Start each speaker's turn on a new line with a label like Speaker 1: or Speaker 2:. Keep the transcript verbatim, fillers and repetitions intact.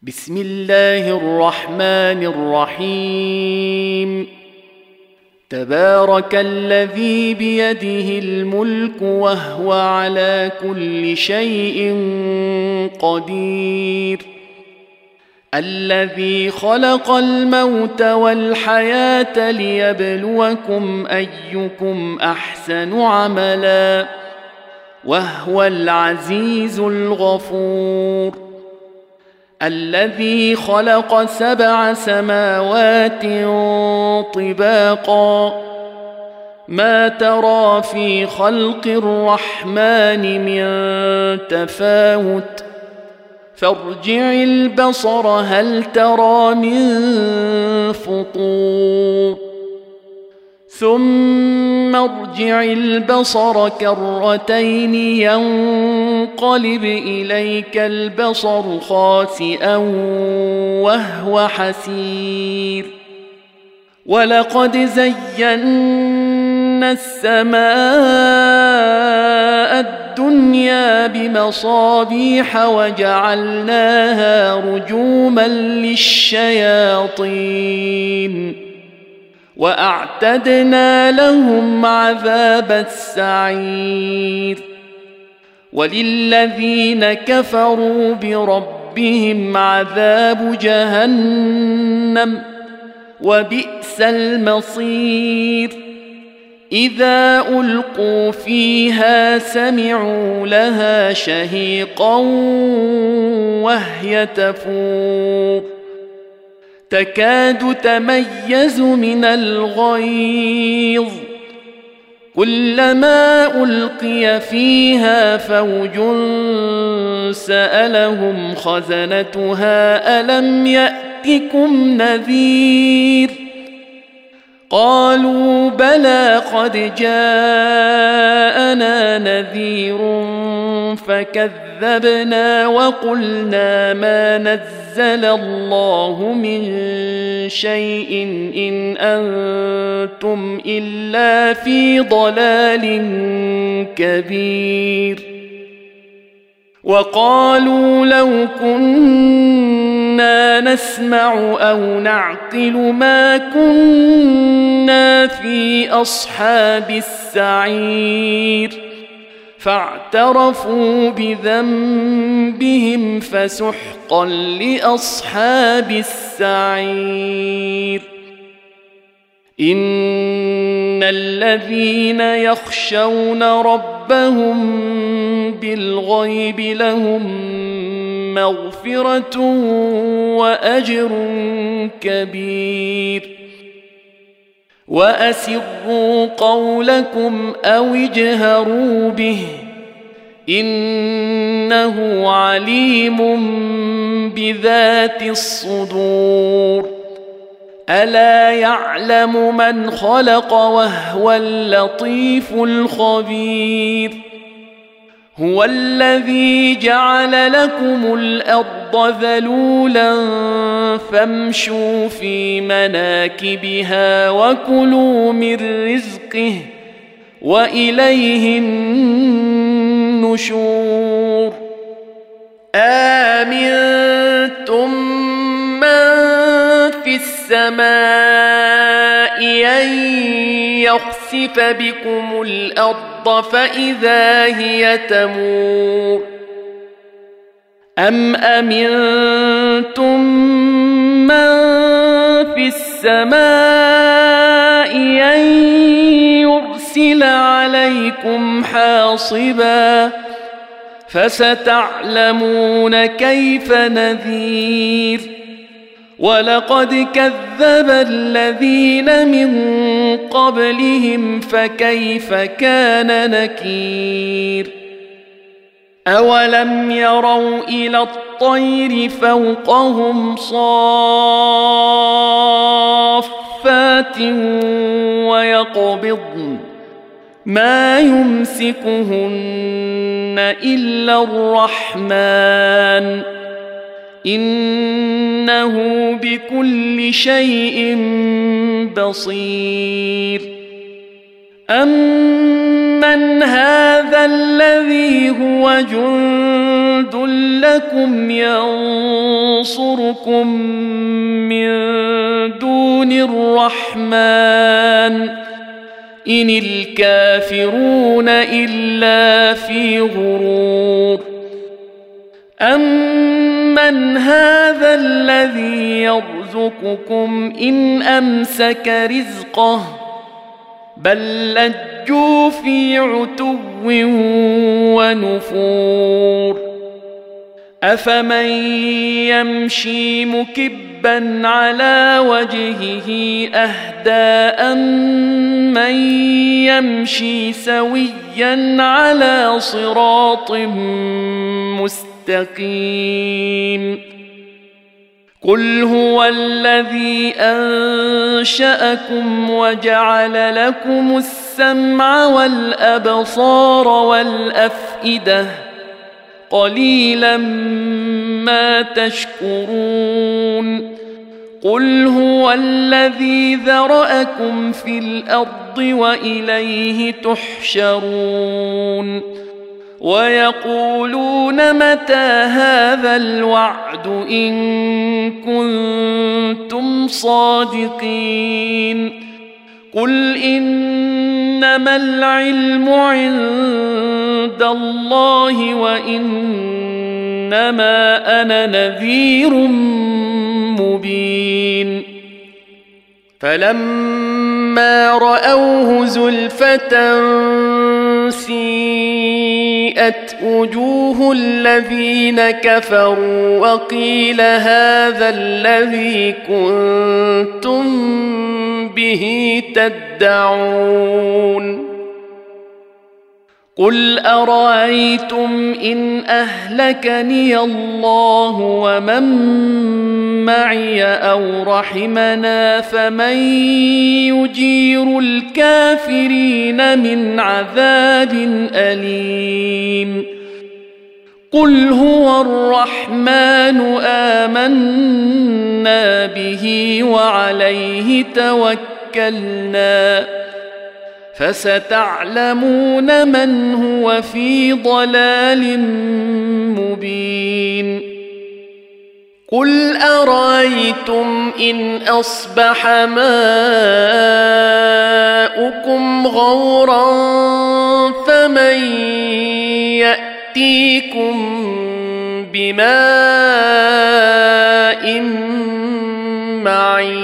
Speaker 1: بسم الله الرحمن الرحيم. تبارك الذي بيده الملك وهو على كل شيء قدير، الذي خلق الموت والحياة ليبلوكم أيكم أحسن عملا وهو العزيز الغفور، الذي خلق سبع سماوات طباقا ما ترى في خلق الرحمن من تفاوت فارجع البصر هل ترى من فطور ثم ارجع البصر كرتين ينقلب إليك البصر خاسئا وهو حسير، ولقد زينا السماء الدنيا بمصابيح وجعلناها رجوما للشياطين وأعتدنا لهم عذاب السعير، وللذين كفروا بربهم عذاب جهنم وبئس المصير. إذا ألقوا فيها سمعوا لها شهيقا وهي تفور تكاد تميز من الغيظ كلما ألقي فيها فوج سألهم خزنتها ألم يأتكم نذير قالوا بلى قد جاءنا نذير فكذبنا وقلنا ما نزل الله من شيء إن أنتم إلا في ضلال كبير. وقالوا لو كنا نسمع أو نعقل ما كنا في أصحاب السعير فاعترفوا بذنبهم فسحقا لأصحاب السعير. إن الذين يخشون ربهم بالغيب لهم مغفرة وأجر كبير. وأسروا قولكم أو اجهروا به إنه عليم بذات الصدور. ألا يعلم من خلق وهو اللطيف الخبير. هو الذي جعل لكم الأرض ذلولا فامشوا في مناكبها وكلوا من رزقه وإليه النشور. آمنتم من في السماء أن يخسف بكم الأرض فإذا هي تمور أم أمنتم من في السماء أن يرسل عليكم حاصبا فستعلمون كيف نذير. ولقد كذب الذين من قبلهم فكيف كان نكير. أولم يروا إلى الطير فوقهم صافات ويقبضن ما يمسكهن إلا الرحمن إنه بكل شيء بصير. أمن هذا الذي هو جند لكم ينصركم من دون الرحمن إن الكافرون إلا في غرور أمن هذا الذي يرزقكم إن أمسك رزقه بل لجوا في عتو ونفور أفمن يمشي مكبا على وجهه أهدى أمن يمشي سويا على صراط مستقيم قل هو الذي أنشأكم وجعل لكم السمع والأبصار والأفئدة قليلا ما تشكرون قل هو الذي ذرأكم في الأرض وإليه تحشرون ويقولون متى هذا الوعد إن كنتم صادقين قل إنما العلم عند الله وإنما أنا نذير مبين فلما رأوه زلفة سيئت وجوه الذين كفروا وقيل هذا الذي كنتم به تدعون قل أرأيتم إن أهلكني الله ومن معي أو رحمنا فمن يجير الكافرين من عذاب أليم قل هو الرحمن آمنا به وعليه توكلنا فستعلمون من هو في ضلال مبين قل أرأيتم إن أصبح ماؤكم غورا فمن يأتيكم بماء معين